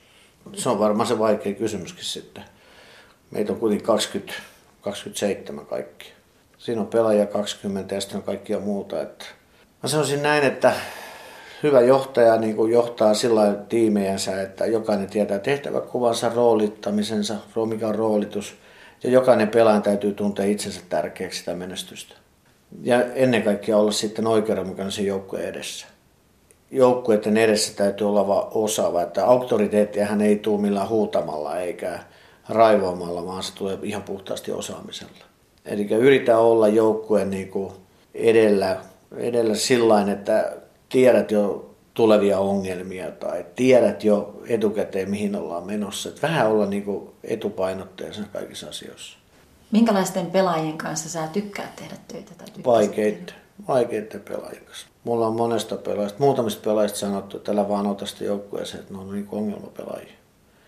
Se on varmaan se vaikea kysymyskin sitten. Meitä on kuitenkin kaksikymmentä, kaksikymmentäseitsemän kaikki. Siinä on pelaajia kaksikymmentä ja sitten on kaikkia muuta. Että mä sanoisin näin, että hyvä johtaja niin kuin johtaa sillä tiimejänsä, että jokainen tietää tehtäväkuvansa, roolittamisensa, mikä on roolitus. Ja jokainen pelaaja täytyy tuntea itsensä tärkeäksi sitä menestystä. Ja ennen kaikkea olla sitten oikeudenmukainen sen joukkueen edessä. Joukkueiden edessä täytyy olla vaan osaava, että auktoriteettiahan ei tule millään huutamalla eikä raivoamalla, vaan se tulee ihan puhtaasti osaamisella. Eli yritä olla joukkueen niin kuin edellä, edellä sillain, että tiedät jo tulevia ongelmia tai tiedät jo etukäteen, mihin ollaan menossa. Että vähän olla niin kuin etupainotteisena kaikissa asioissa. Minkälaisten pelaajien kanssa sä tykkäät tehdä töitä? Tai Vaikeiden, vaikeiden pelaajien kanssa. Mulla on monesta pelaajista, muutamista pelaajista sanottu, että älä vaan ota sitä joukkueeseen, että ne on niin kuin ongelmapelaajia.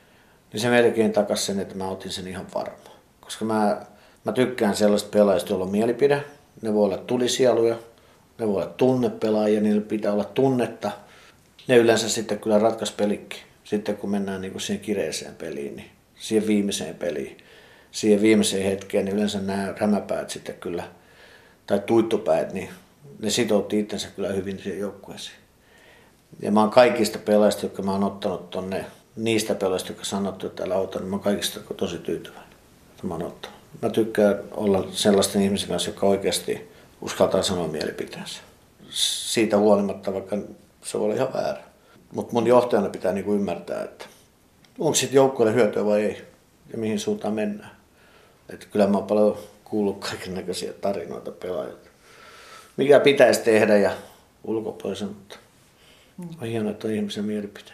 niin se melkein takasi sen, että mä otin sen ihan varmaan. Koska mä, mä tykkään sellaista pelaajista, joilla on mielipide. Ne voi olla tulisieluja, ne voi olla tunnepelaajia, niillä pitää olla tunnetta. Ne yleensä sitten kyllä ratkaisi pelikki. Sitten kun mennään niin kuin siihen kireeseen peliin, niin siihen viimeiseen peliin, siihen viimeiseen hetkeen, niin yleensä nämä rämäpäät sitten kyllä, tai tuittupäät, niin ne sitoutti itsensä kyllä hyvin siihen joukkueeseen. Ja mä oon kaikista pelaajista, jotka mä oon ottanut tonne, niistä pelaajista, jotka sanottu, että täällä autan, niin mä oon kaikista tosi tyytyväinen, että mä oon ottanut. Mä tykkään olla sellaisten ihmisen kanssa, joka oikeasti uskaltaa sanoa mielipiteensä. Siitä huolimatta, vaikka se voi olla ihan väärä. Mutta mun johtajana pitää niinku ymmärtää, että onko sitten joukkueelle hyötyä vai ei, ja mihin suuntaan mennään. Että kyllä mä oon paljon kuullut kaikennäköisiä tarinoita pelaajilta. Mikä pitäisi tehdä ja ulkopuolisen, mutta on hienoa, että on ihmisen mielipiteitä.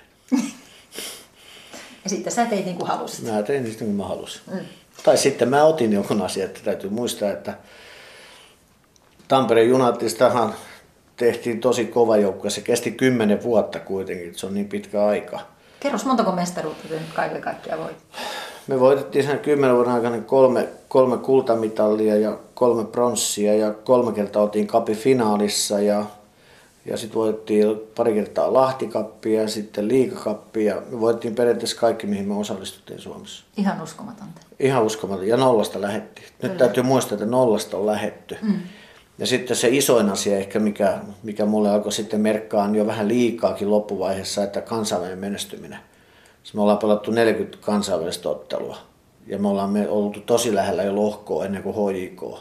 Ja sitten sä teit niin kuin halusit. Mä tein niin kuin mä halusin. Mm. Tai sitten mä otin jonkun asian, että täytyy muistaa, että Tampereen Unitistahan tehtiin tosi kova joukkue. Se kesti kymmenen vuotta kuitenkin, se on niin pitkä aika. Kerros, montako mestaruutta te nyt kaiken kaikkiaan voit? Me voitettiin sen kymmenen vuoden aikana kolme, kolme kultamitalia ja kolme pronssia ja kolme kertaa oltiin Cupin finaalissa ja, ja sitten voitettiin pari kertaa Lahtikappia ja sitten Liigakappia. Me voitettiin periaatteessa kaikki, mihin me osallistuttiin Suomessa. Ihan uskomatonta. Ihan uskomatonta. Ja nollasta lähettiin. Nyt Kyllä. täytyy muistaa, että nollasta on lähetty. Mm. Ja sitten se isoin asia ehkä, mikä, mikä mulle alkoi sitten merkkaan jo vähän liikaakin loppuvaiheessa, että kansainvälinen menestyminen. Me ollaan pelattu neljäkymmentä kansainvälistä ottelua ja me ollaan me oltu tosi lähellä jo lohkoa ennen kuin H J K.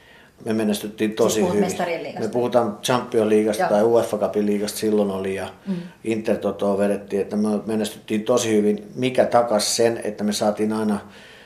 Me menestyttiin tosi siis hyvin. Me puhutaan Champions Leaguesta tai UEFA Cupin liigasta silloin oli ja mm. Intertotoa vedettiin, että me menestyttiin tosi hyvin. Mikä takasi sen, että me saatiin aina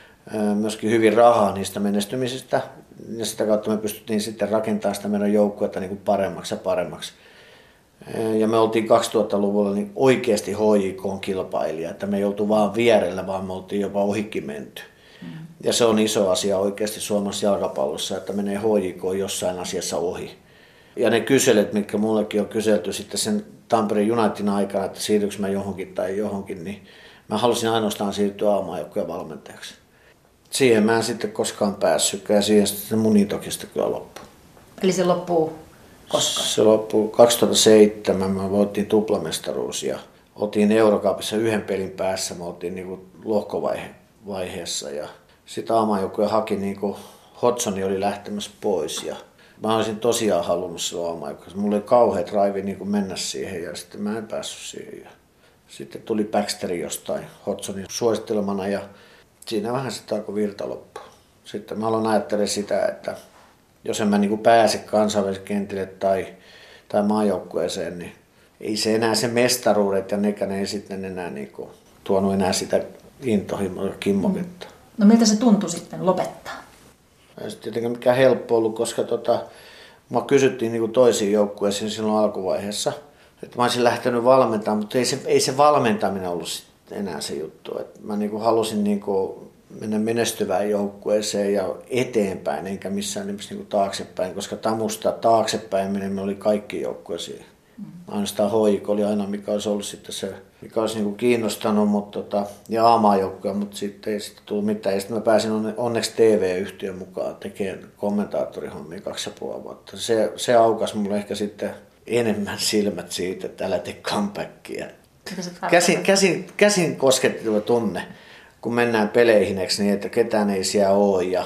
myöskin hyvin rahaa niistä menestymisistä ja sitä kautta me pystyttiin sitten rakentamaan sitä meidän joukkuetta niin kuin paremmaksi ja paremmaksi. Ja me oltiin kaksituhattaluvulla niin oikeasti H J K-kilpailija, että me ei oltu vaan vierellä, vaan me oltiin jopa ohikin menty. Mm. Ja se on iso asia oikeasti Suomessa jalkapallossa, että menee H J K jossain asiassa ohi. Ja ne kyselyt, mitkä mullekin on kyselty sitten sen Tampereen Unitedin aikana, että siirryykö mä johonkin tai johonkin, niin mä halusin ainoastaan siirtyä A-maajoukkueen valmentajaksi. Siihen mä en sitten koskaan päässytkään ja siihen sitten se mun itokista kyllä loppui. Eli se loppuu koska? Se loppui kaksituhattaseitsemän, me voittiin tuplamestaruus ja oltiin Eurocupissa yhden pelin päässä, me oltiin niinku lohkovaiheessa ja sitten A-maajoukkue haki, niinku Hodsoni oli lähtemässä pois ja mä olisin tosiaan halunnut silloin A-maajoukkueessa. Mulla oli kauhea drive niinku mennä siihen ja sitten mä en päässyt siihen. Ja sitten tuli Baxteri jostain Hodsonin suosittelemana ja siinä vähän sitten alkoi virta loppua. Sitten mä aloin ajattelemaan sitä, että jos en mä niin kuin pääse kansainväliselle kentille tai, tai maajoukkueeseen, niin ei se enää se mestaruudet ja nekään ei sitten enää niin kuin tuonut enää sitä intohimoa ja kimmoketta. No miltä se tuntui sitten lopettaa? Ei se tietenkään mikään helppo ollut, koska tota, mua kysyttiin niin kuin toisiin joukkueisiin silloin alkuvaiheessa, että mä olisin lähtenyt valmentamaan, mutta ei se, ei se valmentaminen ollut enää se juttu. Et mä niin kuin halusin niin kuin mennä menestyvään joukkueeseen ja eteenpäin, enkä missään nimessä niin kuin taaksepäin, koska Tamusta taaksepäin meneminen oli kaikki joukkueisiin. Mm. Ainoastaan H J K oli aina, mikä olisi ollut sitten se, mikä olisi niin kuin kiinnostanut, mutta tota, ja A-maajoukkoja, mutta sitten ei sitten tullut mitään. Ja sitten mä pääsin onneksi T V-yhtiön mukaan tekemään kommentaattorihommia kaksi ja puoli vuotta. Se, se aukasi mulle ehkä sitten enemmän silmät siitä, että älä tee comebackia. Käsin, käsin, käsin koskettava tunne, kun mennään peleihin, niin että ketään ei siellä ole ja,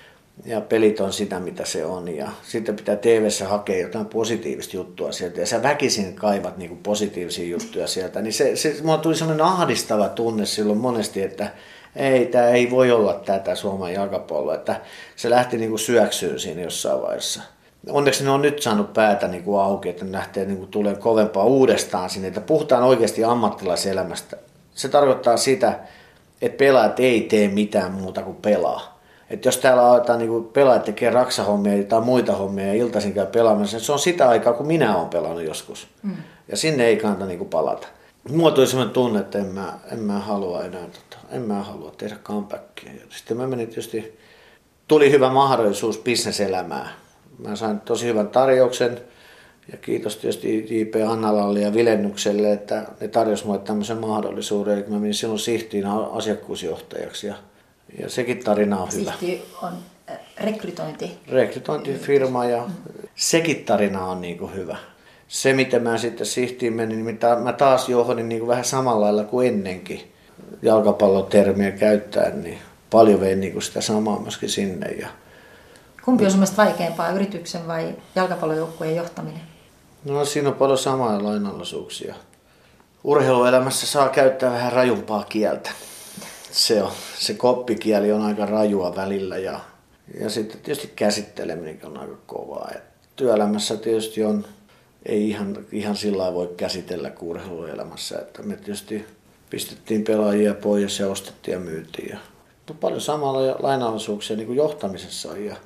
ja pelit on sitä, mitä se on. Ja sitten pitää T V:ssä hakea jotain positiivista juttua sieltä ja sä väkisin kaivat niinku positiivisia juttuja sieltä. Niin se, se, mulla tuli sellainen ahdistava tunne silloin monesti, että ei, tämä ei voi olla tätä Suomen jalkapalloa. Että se lähti niinku syöksyyn siinä jossain vaiheessa. Onneksi ne on nyt saanut päätä niin kuin auki, että ne lähtee niin kuin tulee kovempaa uudestaan sinne, että puhutaan oikeasti ammattilaiselämästä. Se tarkoittaa sitä, että pelaajat ei tee mitään muuta kuin pelaa. Että jos täällä aletaan niin kuin pelaajat tekee raksahommia tai muita hommia ja iltaisin käy pelaamassa, se on sitä aikaa, kun minä olen pelannut joskus. Mm. Ja sinne ei kannata niin kuin palata. Mulla tuli sellainen tunne, että en mä, en mä halua enää, tota, en mä halua tehdä comebackia. Sitten mä menin tietysti, tuli hyvä mahdollisuus bisneselämään. Mä sain tosi hyvän tarjouksen Ja kiitos tietysti J P Annalalle ja Vilennukselle, että ne tarjosi mulle tämmöisen mahdollisuuden. Eli mä menin silloin Sihtiin asiakkuusjohtajaksi ja, ja sekin tarina on hyvä. Sihti on rekrytointi. Rekrytointifirma ja sekin tarina on niin kuin hyvä. Se, miten mä sitten Sihtiin menin, niin mä taas johdin niin kuin vähän samalla lailla kuin ennenkin jalkapallotermiä käyttäen, niin paljon vein niin kuin sitä samaa myöskin sinne. Ja kumpi on sun mielestä vaikeampaa, yrityksen vai jalkapallojoukkueen johtaminen? No siinä on paljon samaa lainalaisuuksia. Urheiluelämässä saa käyttää vähän rajumpaa kieltä. Se, on, se koppikieli on aika rajua välillä ja, ja sitten tietysti käsitteleminen on aika kovaa. Et työelämässä tietysti on, ei ihan, ihan sillä lailla voi käsitellä kuin urheiluelämässä. Että me tietysti pistettiin pelaajia pois ja ostettiin ja myytiin. Ja, mutta paljon samalla lainalaisuuksia niin kuin johtamisessa on. Ja,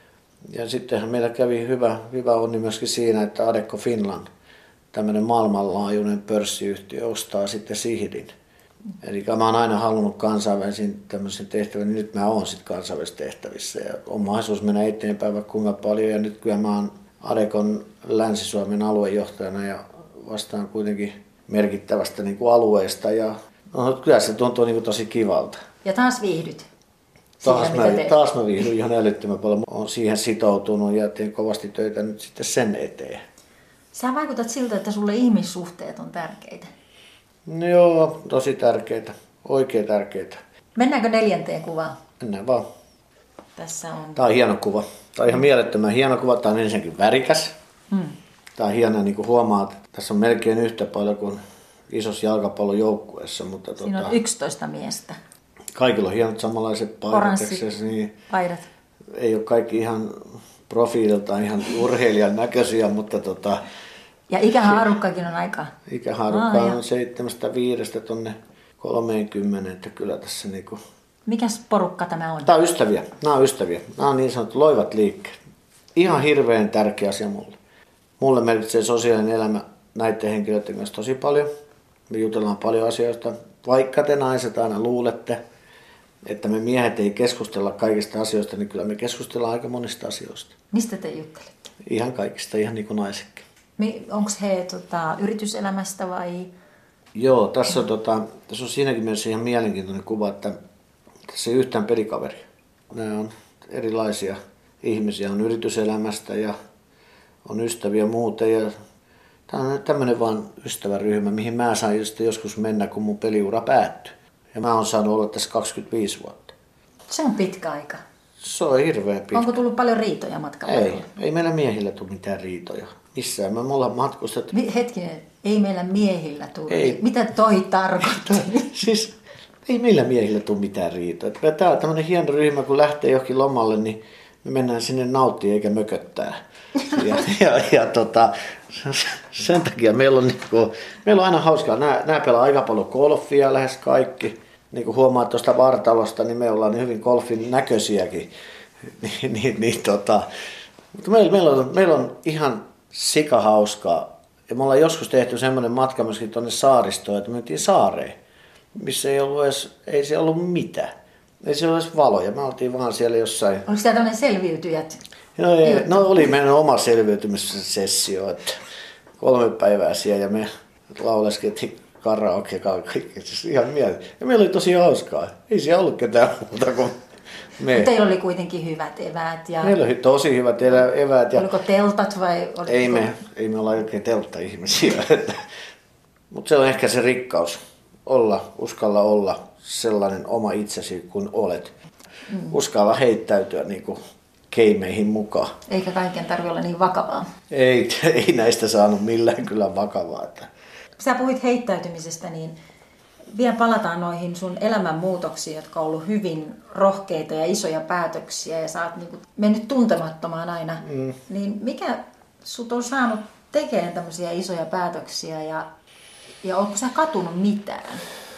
ja sittenhän meillä kävi hyvä, hyvä onni myöskin siinä, että Adecco Finland, tämmöinen maailmanlaajuinen pörssiyhtiö, ostaa sitten Sihdin. Eli mä oon aina halunnut kansainvälisiin tämmöisiin tehtäviin, niin nyt mä oon sitten kansainvälisissä tehtävissä. Ja on mahdollisuus mennä eteenpäin vaikka kuinka paljon. Ja nyt kyllä mä oon Adecon Länsi-Suomen aluejohtajana ja vastaan kuitenkin merkittävästä niin kuin alueesta. Ja no, kyllä se tuntuu niin kuin tosi kivalta. Ja taas viihdyt. Taas mä, taas mä viihdyn ihan älyttömän paljon. Olen siihen sitoutunut ja teen kovasti töitä nyt sitten sen eteen. Sä vaikutat siltä, että sulle ihmissuhteet on tärkeitä. No joo, tosi tärkeitä. Oikein tärkeitä. Mennäänkö neljänteen kuvaan? Mennään vaan. Tässä on... Tämä on hieno kuva. Tämä on ihan mielettömän hieno kuva. Tämä on ensinnäkin värikäs. Hmm. Tämä on hieno, niin kuin huomaat. Tässä on melkein yhtä paljon kuin isossa jalkapallojoukkueessa. Mutta siinä tota... on yksitoista miestä. Kaikilla on hienot samanlaiset paidat. Oranssit niin paidat. Ei ole kaikki ihan profiililtaan ihan urheilijan näköisiä, mutta tota... Ja ikähaarukkakin on aika... Ikähaarukka on seitsemästä viidestä tonne kolmeenkymmeneen, että kyllä tässä niinku... Mikäs porukka tämä on? Tämä on ystäviä. Nämä on ystäviä. Nämä on niin sanottu loivat liikkeet. Ihan hirveän tärkeä asia mulle. Mulle merkitsee sosiaalinen elämä näiden henkilöiden kanssa tosi paljon. Me jutellaan paljon asioista. Vaikka te naiset aina luulette, että me miehet ei keskustella kaikista asioista, niin kyllä me keskustellaan aika monista asioista. Mistä te juttelette? Ihan kaikista, ihan niin kuin naisetkin. Onko he tota, yrityselämästä vai? Joo, tässä on, tota, tässä on siinäkin mielessä ihan mielenkiintoinen kuva, että tässä ei yhtään pelikaveria. Nämä on erilaisia ihmisiä, on yrityselämästä ja on ystäviä muuten. Ja tämä on tämmöinen vaan ystäväryhmä, mihin mä sain joskus mennä, kun mun peliura päättyi. Ja mä oon saanut olla tässä kaksikymmentäviisi vuotta. Se on pitkä aika. Se on hirveän pitkä. Onko tullut paljon riitoja matkalla? Ei, ei meillä miehillä tule mitään riitoja. Missään. Me ollaan matkustettu. Hetkinen, ei meillä miehillä tule. Ei. Mitä toi tarkoittaa? Siis ei meillä miehillä tule mitään riitoja. Tämä on tämmöinen hieno ryhmä, kun lähtee johonkin lomalle, niin me mennään sinne nauttimaan eikä mököttää. Ja, ja, ja tota, sen takia meillä on, niin kuin, meillä on aina hauskaa. Nämä, nämä pelaa aika paljon golfia lähes kaikki. Niin kuin huomaat tuosta vartalosta, niin me ollaan hyvin golfin näköisiäkin. niin, niin, niin, tota. Mutta meillä, meillä, on, meillä on ihan sikahauskaa. Ja me ollaan joskus tehty semmoinen matka myöskin tuonne saaristoon, että me mentiin saareen, missä ei ollut edes, ei siellä ollut mitään. Ei siellä ollut edes valoja. Me oltiin vaan siellä jossain. Oliko tämä tämmöinen selviytyjät? No, ei, no oli meidän oma selviytymissessio, että kolme päivää siellä ja me lauleskeltiin karaoke kaikki. Siis ihan mieltä. Ja meillä oli tosi hauskaa. Ei siellä ollut ketään muuta kuin me. Teillä oli kuitenkin hyvät eväät. Ja... Meillä oli tosi hyvät eväät. Ja... Oliko teltat vai? Oliko... Ei, me, ei me olla oikein teltta-ihmisiä. Mutta se on ehkä se rikkaus. Olla, uskalla olla sellainen oma itsesi kuin olet. Mm. Uskalla heittäytyä niin kuin keimeihin mukaan. Eikä kaiken tarvitse olla niin vakavaa. Ei, ei näistä saanut millään kyllä vakavaa. Sä puhuit heittäytymisestä, niin vielä palataan noihin sun elämänmuutoksiin, jotka on ollut hyvin rohkeita ja isoja päätöksiä ja sä oot niin kuin mennyt tuntemattomaan aina. Mm. Niin mikä sut on saanut tekemään tämmöisiä isoja päätöksiä ja, ja onko sä katunut mitään?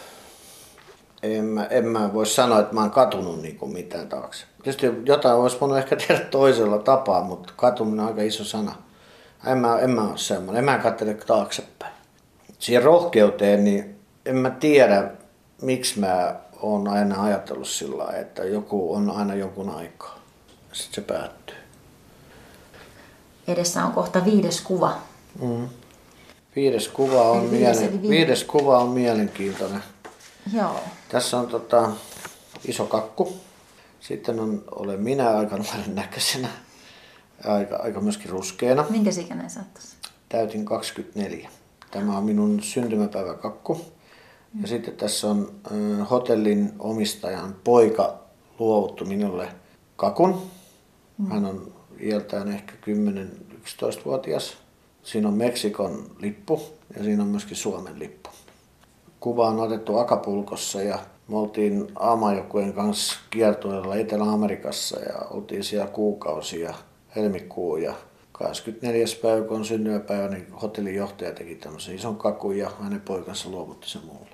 En mä, en mä voi sanoa, että mä oon katunut niin kuin mitään taakse. Tietysti jotain olisi voinut ehkä tehdä toisella tapaa, mutta katuminen on aika iso sana. En mä, en mä ole semmoinen, en mä katsele taaksepäin. Siihen rohkeuteen, niin en mä tiedä, miksi mä oon aina ajatellut sillä lailla, että joku on aina jonkun aikaa. Sitten se päättyy. edessä on kohta viides kuva. Mm. Viides kuva on, viides, mielen... viides. viides kuva on mielenkiintoinen. Joo. Tässä on tota, iso kakku. Sitten on, olen minä aika nuoren näköisenä. Aika, aika myöskin ruskeana. Minkä ikäinen sä oot tossa? Täytin kaksikymmentäneljä. Tämä on minun syntymäpäiväkakku. Ja sitten tässä on äh, hotellin omistajan poika luovuttu minulle kakun. Hän on iältään ehkä kymmenen-yksitoista-vuotias. Siinä on Meksikon lippu ja siinä on myöskin Suomen lippu. Kuva on otettu Acapulcossa ja me oltiin A-maajoukkueen kanssa kiertueella Etelä-Amerikassa ja oltiin siellä kuukausia, helmikuu ja kahdeskymmenesneljäs päivä, kun on syntymäpäivä, niin hotellin johtaja teki tämmöisen ison kakun ja hänen poikansa luovutti sen mulle.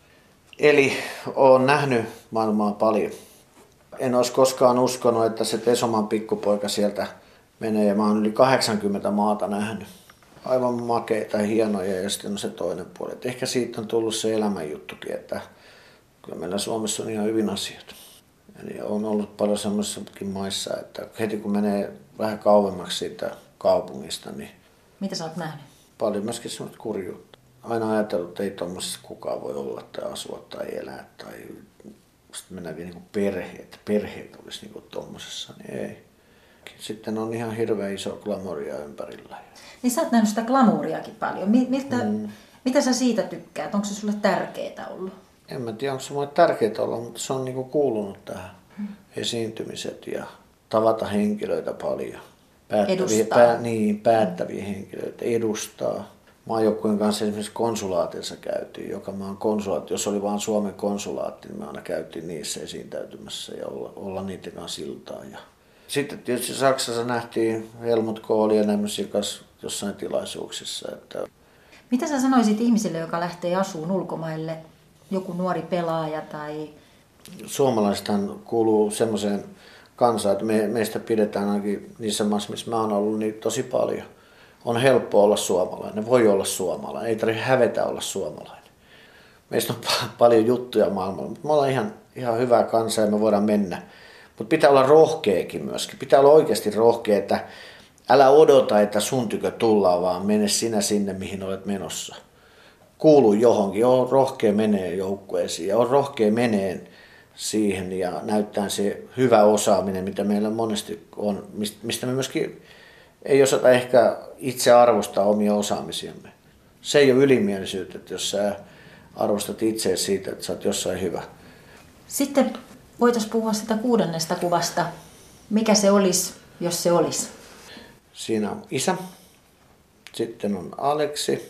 Eli olen nähnyt maailmaa paljon. En olisi koskaan uskonut, että se Tesoman pikkupoika sieltä menee ja mä oon yli kahdeksankymmentä maata nähnyt. Aivan makeita ja hienoja ja sitten on se toinen puoli. Et ehkä siitä on tullut se elämänjuttukin, että kyllä meillä Suomessa on ihan hyvin asiat. Eli on ollut paljon semmoisissakin maissa, että heti kun menee vähän kauemmaksi siitä kaupungista, niin mitä sä oot nähnyt? Paljon myöskin semmoista kurjuutta. Aina ajatellut, että ei tuommoisessa kukaan voi olla tai asua tai elää tai sitten mennään vielä niin kuin perhe, että perheet olisi niin kuin tuommoisessa, niin ei. Sitten on ihan hirveän iso glamoria ympärillä. Niin sä oot nähnyt sitä glamuuriakin paljon. Miltä, mm. Mitä sä siitä tykkäät? Onko se sulle tärkeää ollut? En mä tiedä, onko se mulle tärkeää olla, mutta se on niin kuin kuulunut tähän. Mm. Esiintymiset ja tavata henkilöitä paljon. Päättäviä, pää, niin, päättäviä mm. henkilöitä, edustaa. Maajoukkueen kanssa esimerkiksi konsulaatissa käytiin, joka maan konsulaatti, jos oli vain Suomen konsulaatti, niin me aina käytiin niissä esiintäytymässä ja olla, olla niiden kanssa siltaa. Ja sitten tietysti Saksassa nähtiin Helmut Kohl ja nämmöisiä jossain tilaisuuksissa. Että mitä sä sanoisit ihmisille, joka lähtee asuun ulkomaille, joku nuori pelaaja tai... Suomalaisethan kuuluu semmoiseen kansaan, että me, meistä pidetään ainakin niissä maissa, missä mä oon ollut, niin tosi paljon. On helppo olla suomalainen, voi olla suomalainen, ei tarvitse hävetä olla suomalainen. Meistä on pa- paljon juttuja maailmalla, mutta me ollaan ihan, ihan hyvä kansa ja me voidaan mennä. Mutta pitää olla rohkeakin myöskin, pitää olla oikeasti rohkea, että älä odota, että sun tykö tullaan, vaan mene sinä sinne, mihin olet menossa. Kuulu johonkin, on rohkea menee joukkueisiin ja on rohkea menee siihen ja näyttää se hyvä osaaminen, mitä meillä monesti on, mistä me myöskin ei osata ehkä itse arvostaa omia osaamisiamme. Se ei ole ylimielisyyttä, että jos sä arvostat itse siitä, että sä oot jossain hyvä. Sitten voitaisiin puhua sitä kuudennesta kuvasta. Mikä se olisi, jos se olisi? Siinä on isä, sitten on Aleksi,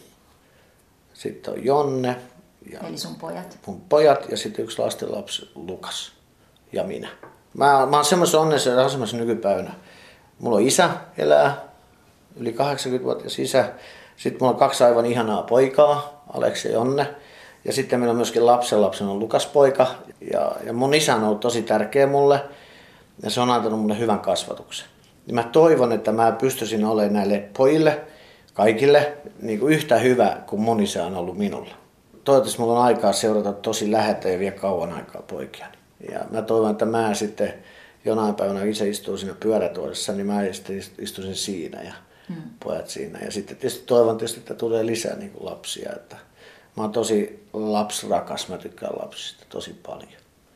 sitten on Jonne. Ja eli sun pojat. Mun pojat ja sitten yksi lastenlapsi Lukas ja minä. Mä, mä oon semmoisessa onnellisessa asemassa nykypäivänä. Mulla on isä elää, yli kahdeksankymmentävuotias isä. Sitten mulla on kaksi aivan ihanaa poikaa, Aleksi ja Jonne. Ja sitten meillä on myöskin lapsenlapsena Lukas poika. Ja, ja mun isä on ollut tosi tärkeä mulle ja se on antanut mulle hyvän kasvatuksen. Ja mä toivon, että mä pystyisin olemaan näille pojille, kaikille, niin kuin yhtä hyvä kuin mun isä on ollut minulla. Toivottavasti mulla on aikaa seurata tosi läheltä ja vie kauan aikaa poikiani. Ja mä toivon, että mä sitten jonain päivänä isä istuu siinä pyörätuolissa, niin mä sitten istuisin siinä ja hmm. pojat siinä. Ja sitten tietysti toivon tietysti, että tulee lisää niin kuin lapsia. Että mä oon tosi lapsrakas, mä tykkään lapsista tosi paljon.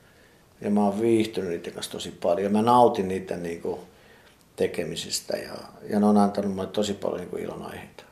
Ja mä oon viihtynyt niiden kanssa tosi paljon. Mä nautin niiden niin kuin tekemisistä ja, ja ne on antanut mulle tosi paljon niin kuin ilonaiheita.